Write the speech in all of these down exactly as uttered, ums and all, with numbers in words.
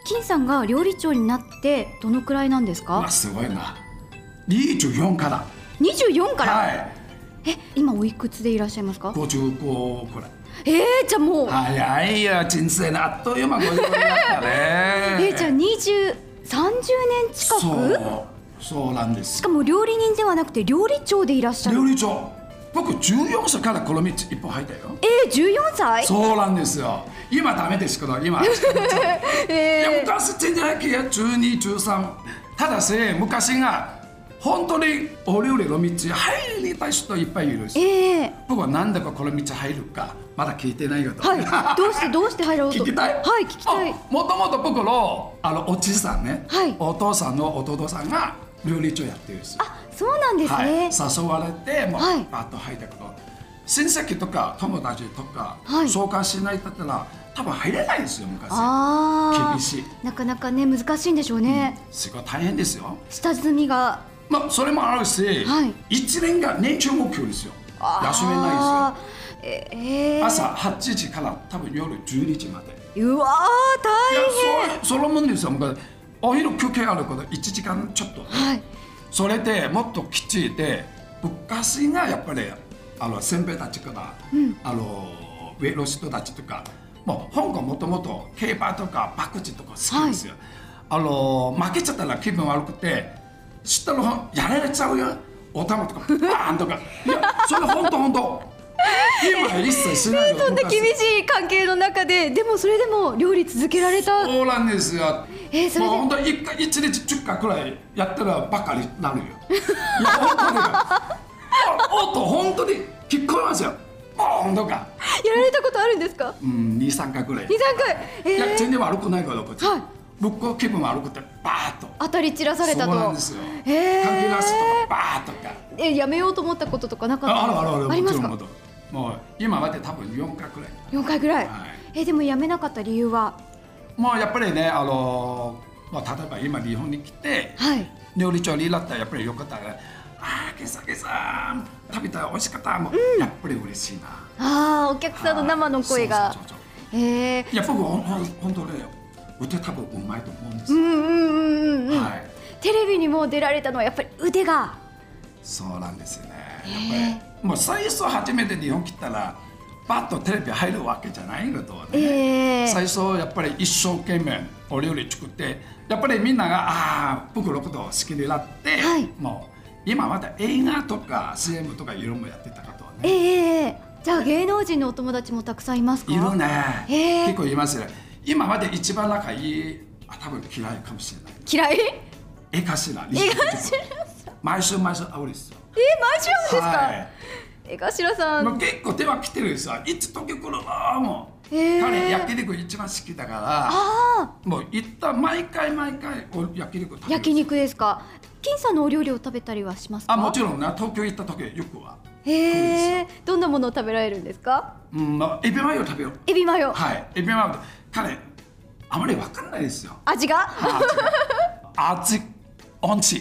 金さんが料理長になってどのくらいなんですか？ まあすごいな。にじゅうよんから。 にじゅうよんから。 はい。 え、今おいくつでいらっしゃいますか？ ごじゅうごくらい。 えー、じゃあもう早いよ、人生のあっという間ごじゅうごになったね。 えー、じゃあにじゅう、さんじゅうねん近く？ そうそうなんです。 しかも料理人ではなくて料理長でいらっしゃる。 料理長、僕じゅうよんさいからこの道一本入ったよ。 えー、じゅうよんさい？ そうなんですよ。今ダメですけど、今えー、いや昔全然早くやじゅうに、じゅうさん。ただし昔が本当にお料理の道入りたい人いっぱいいるし、 えー、 僕はなんでかこの道入るかまだ聞いてないけど、 はい、どうしてどうして入ろうと。 聞きたい？ はい、聞きたい。 もともと僕のあのおじさんね、 はい、 お父さんの弟さんが料理長やってるし、 あ、そうなんですね、はい、 誘われてもう、はい、バッと入ったけど、親戚とか友達とか、はい、紹介しないだったら多分入れないですよ。昔あ厳しい、 なかなかね難しいんでしょうね、 うん、すごい大変ですよ。 下積みがまあそれもあるし、はい、いちねんが年中目標ですよ。休めないですよ、えー、朝はちじから多分夜じゅうにじまで。 うわー大変。 いや そ, そのもんですよ。お昼休憩あることいちじかんちょっと、ね、はい、それでもっときっちりで昔がやっぱりあの先輩たちから、うん、あの上の人たちとかもう香港もともと競馬とかパクチーとか好きですよ、はい、あの負けちゃったら気分悪くて知ったらやられちゃうよ。お玉とかバーンとかいやそれ本当本当今一切しないよ。 そんな厳しい関係の中ででもそれでも料理続けられた。 そうなんですよ。 えー、それでもう本当にいちにちじゅっかいくらいやったらバカになるよ。いや本当に音本当に聞こえますよ。ボーンとかやられたことあるんですか？ うん、に、さんかいくらい。 に、さんかい、えー、 いや全然悪くないからこっち、はい、僕は気分悪くてバーッと当たり散らされたと。 そうなんですよ、えー、関係なしとかバーッとか。 えやめようと思ったこととかなかったんですか？ あるあるある、 ありますか？ もう今まで多分よんかいくらい。 よんかいぐらい、はい、えでもやめなかった理由は？ もうやっぱりね、あのまあ、例えば今日本に来て、はい、料理長になったらやっぱりよかったら、ああ、けさけさん食べたら美味しかった、もう、うん、やっぱり嬉しいな。 ああ、お客さんの生の声が。そうそうそうそう、えー、いや僕ほん本当ね、腕多分うまいと思うんですよ。 うんうんうんうん、はい、テレビにも出られたのはやっぱり腕が。 そうなんですよね。やっぱりもう最初初めて日本来たらバッとテレビ入るわけじゃないけどね、えー、最初やっぱり一生懸命お料理作ってやっぱりみんながああ僕のことを好きになって、はい、もう今また映画とか シーエム とかいろいろもやってたからね、 えー、じゃあ芸能人のお友達もたくさんいますか？ いるね、えー、結構いますよ。今まで一番仲いい、あ多分嫌いかもしれない。 嫌い？ 江頭江頭毎週毎週会うんですよ。 えー、毎週会うんですか？はい、江頭さん、 もう結構手は来てるんですよ。いつ時来るのもう、えー、彼焼肉一番好きだから、あもう行った毎回毎回焼肉食べる。 焼肉ですか？金さんのお料理を食べたりはしますか？ あもちろんね、東京行った時よくは。 へえ、どんなものを食べられるんですか？ うん、まあ、エビマヨ食べよう。 エビマヨ、 はい、エビマヨ彼あまり分かんないですよ、 味が。 味音痴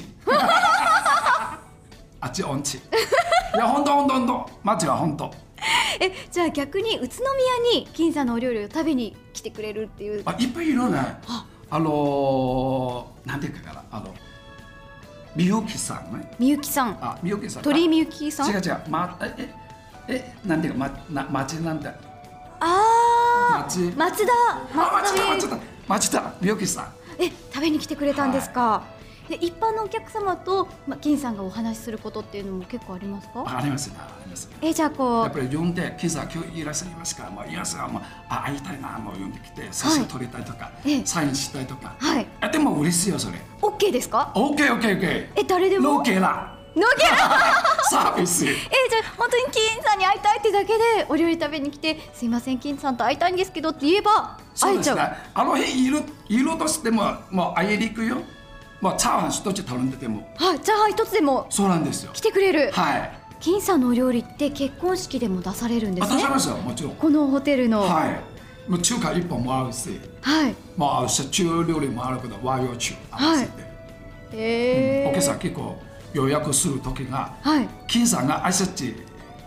味音痴。いや本当本当本当マジは本当。 えじゃあ逆に宇都宮に金さんのお料理を食べに来てくれるっていう。 あいっぱいいるね。あのー、なんていうかな、あのみゆきさんね。 みゆきさん。 あみゆきさん。 鳥居みゆきさん。 違う違う、まえええなんていうか、まな町なんだ。 ああ町松田町田町田町田みゆきさん。 え食べに来てくれたんですか？はいで一般のお客様と、ま、金さんがお話しすることっていうのも結構ありますか？ ありますね、ありますね。 えじゃあこうやっぱり呼んで金さん今日いらっしゃいますか、もういらっしゃい、もうあ会いたいな、もう呼んできて写真撮りたいとか、はい、サインしたいとか、はい、あでも嬉しいよそれ。 オッケーですか？ オッケーオッケーオッケー。 え誰でも？ ノーケーラ。 ノーケーラ。 サービス。えじゃあ本当に金さんに会いたいってだけでお料理食べに来て、すいません金さんと会いたいんですけどって言えば会えちゃう。そうですね。 あの辺いるいるとしてももう会いに行くよ。まあ、チャーハン一つ頼んでても、 はい、チャーハン一つでもそうなんですよ、 来てくれる。 はい。 金さんのお料理って結婚式でも出されるんですね。 出されますよ、もちろん。 このホテルの、 はい、もう中華一本もあるし、はい、まあ車中料理もあるけど和洋中合わせて、はい、へえ、うん、お客さん結構予約する時が、はい、金さんが挨拶や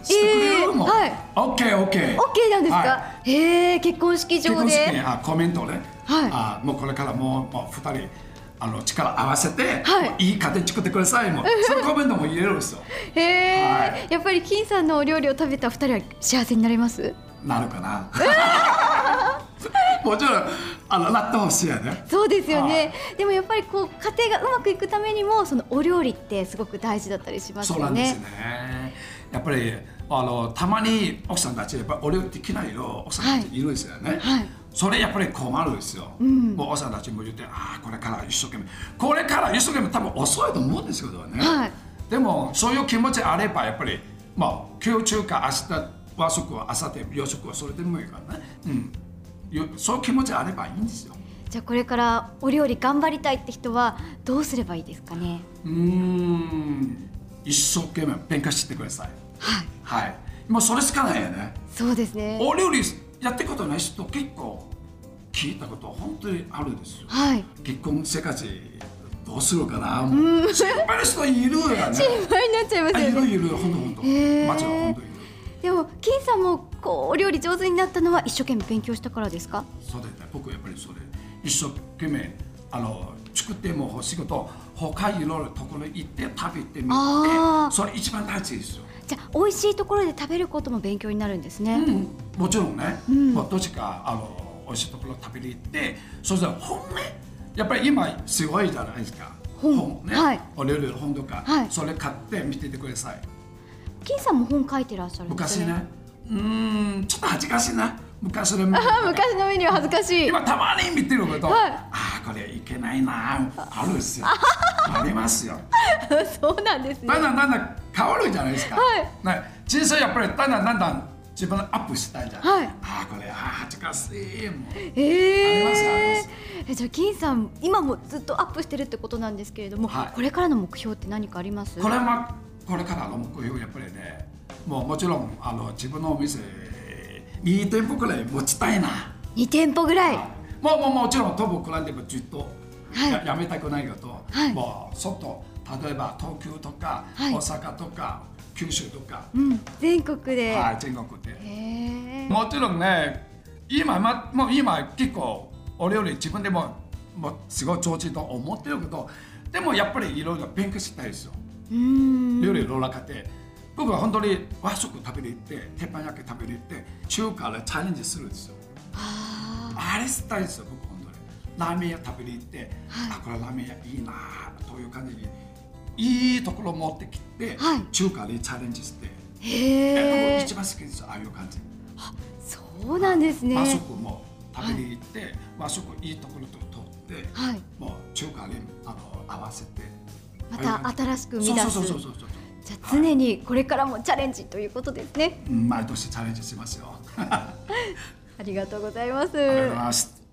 してくれるもん、 えーはい、 オッケーオッケーオッケーなんですか、 はへえ、結婚式結場婚式にで、 あコメントね、 はいあもうこれからもうもうふたりあの力合わせて、 はいもういい家庭作ってくださいもうそのコメントも入れるんですよ。 へえ、 はいやっぱり金さんのお料理を食べたふたりは幸せになれます？ なるかなもちろんあのなってほしいよね。 そうですよはね。でもやっぱりこう家庭がうまくいくためにもそのお料理ってすごく大事だったりしますそうよね。 なんですね。やっぱりあのたまに奥さんたちやっぱお料理できないよ奥さんたちいるんですよね。 はい。 それやっぱり困るんですよ。 んもう奥さんたちも言ってああこれから一生懸命これから一生懸命多分遅いと思うんですけどね。 はい。 でもそういう気持ちあればやっぱりまあ今日中か明日和食は朝で夜食はそれでもいいからね。うんよそういう気持ちあればいいんですよ。 じゃあこれからお料理頑張りたいって人はどうすればいいですかね。 うーん一生懸命勉強してください。 はい。 はい。もうそれしかないよね。 そうですね。 お料理やってことない人結構聞いたこと本当にあるんですよ。 はい。 結婚生活どうするかな。もう心配な人いるよね。 心配になっちゃいますあよね。 いるいる本当本当。 へーマジで本当いる。 でも金さんもこうお料理上手になったのは一生懸命勉強したからですか？ そうだよね。僕やっぱりそれ一生懸命あの作っても仕事他いろいろところ行って食べてみてあーそれ一番大事ですよ。 じゃあ美味しいところで食べることも勉強になるんですね。 うん、もちろんね、 んまあ、どっちかあの美味しいところ食べに行ってそしたら本ねやっぱり今すごいじゃないですか本ね、 はいお料理の本とか、 はいそれ買って見ててください。 金さんも本書いてらっしゃるんですよね。 昔ねうーんちょっと恥ずかしいな昔のメニューあ昔のメニュー恥ずかしい。 今たまに見てるけど、 はいああこれいけないなあるんですよありますよ。 そうなんですね。 だんだんだんだん変わるじゃないですか、 はいね、小さいやっぱりだんだんだんだん自分のアップしたいじゃん、 はいああこれああ恥ずかしいもうえありますありーますえじゃあ金さん今もずっとアップしてるってことなんですけれども、 はいこれからの目標って何かあります？ これはこれからの目標やっぱりねもうもちろんあの自分のお店に店舗くらい持ちたいな。 に店舗ぐらい。 もうもうもちろんトップクランでもずっとはいや,、やめたくないけど、 はいもう外例えば東京とか、 はい大阪とか九州とか、 うん、全国で。 はい、全国で。 へえ。 もちろんね今、ま、もう今結構お料理自分でももうすごい上手と思ってるけどでもやっぱりいろいろ勉強したいですよ。 うーん。 料理の中で僕は本当に和食食べに行って鉄板焼き食べに行って中華でチャレンジするんですよ。 ああれしたいですよ僕本当に。ラーメン屋食べに行って、 はいあこれラーメン屋いいなという感じにいいところ持ってきて、 はい中華でチャレンジして、 ーへええ僕一。番好きですよああいう感じ。 そうなんですね。 和食も食べに行って、和食いいところと取って、 はい。 もう中華にあの合わせてまた新しく生み出す。 そうそうそうそうそうじゃあ常にこれからもチャレンジということですね。 うん毎年チャレンジしますよありがとうありがとうございます。 ございます。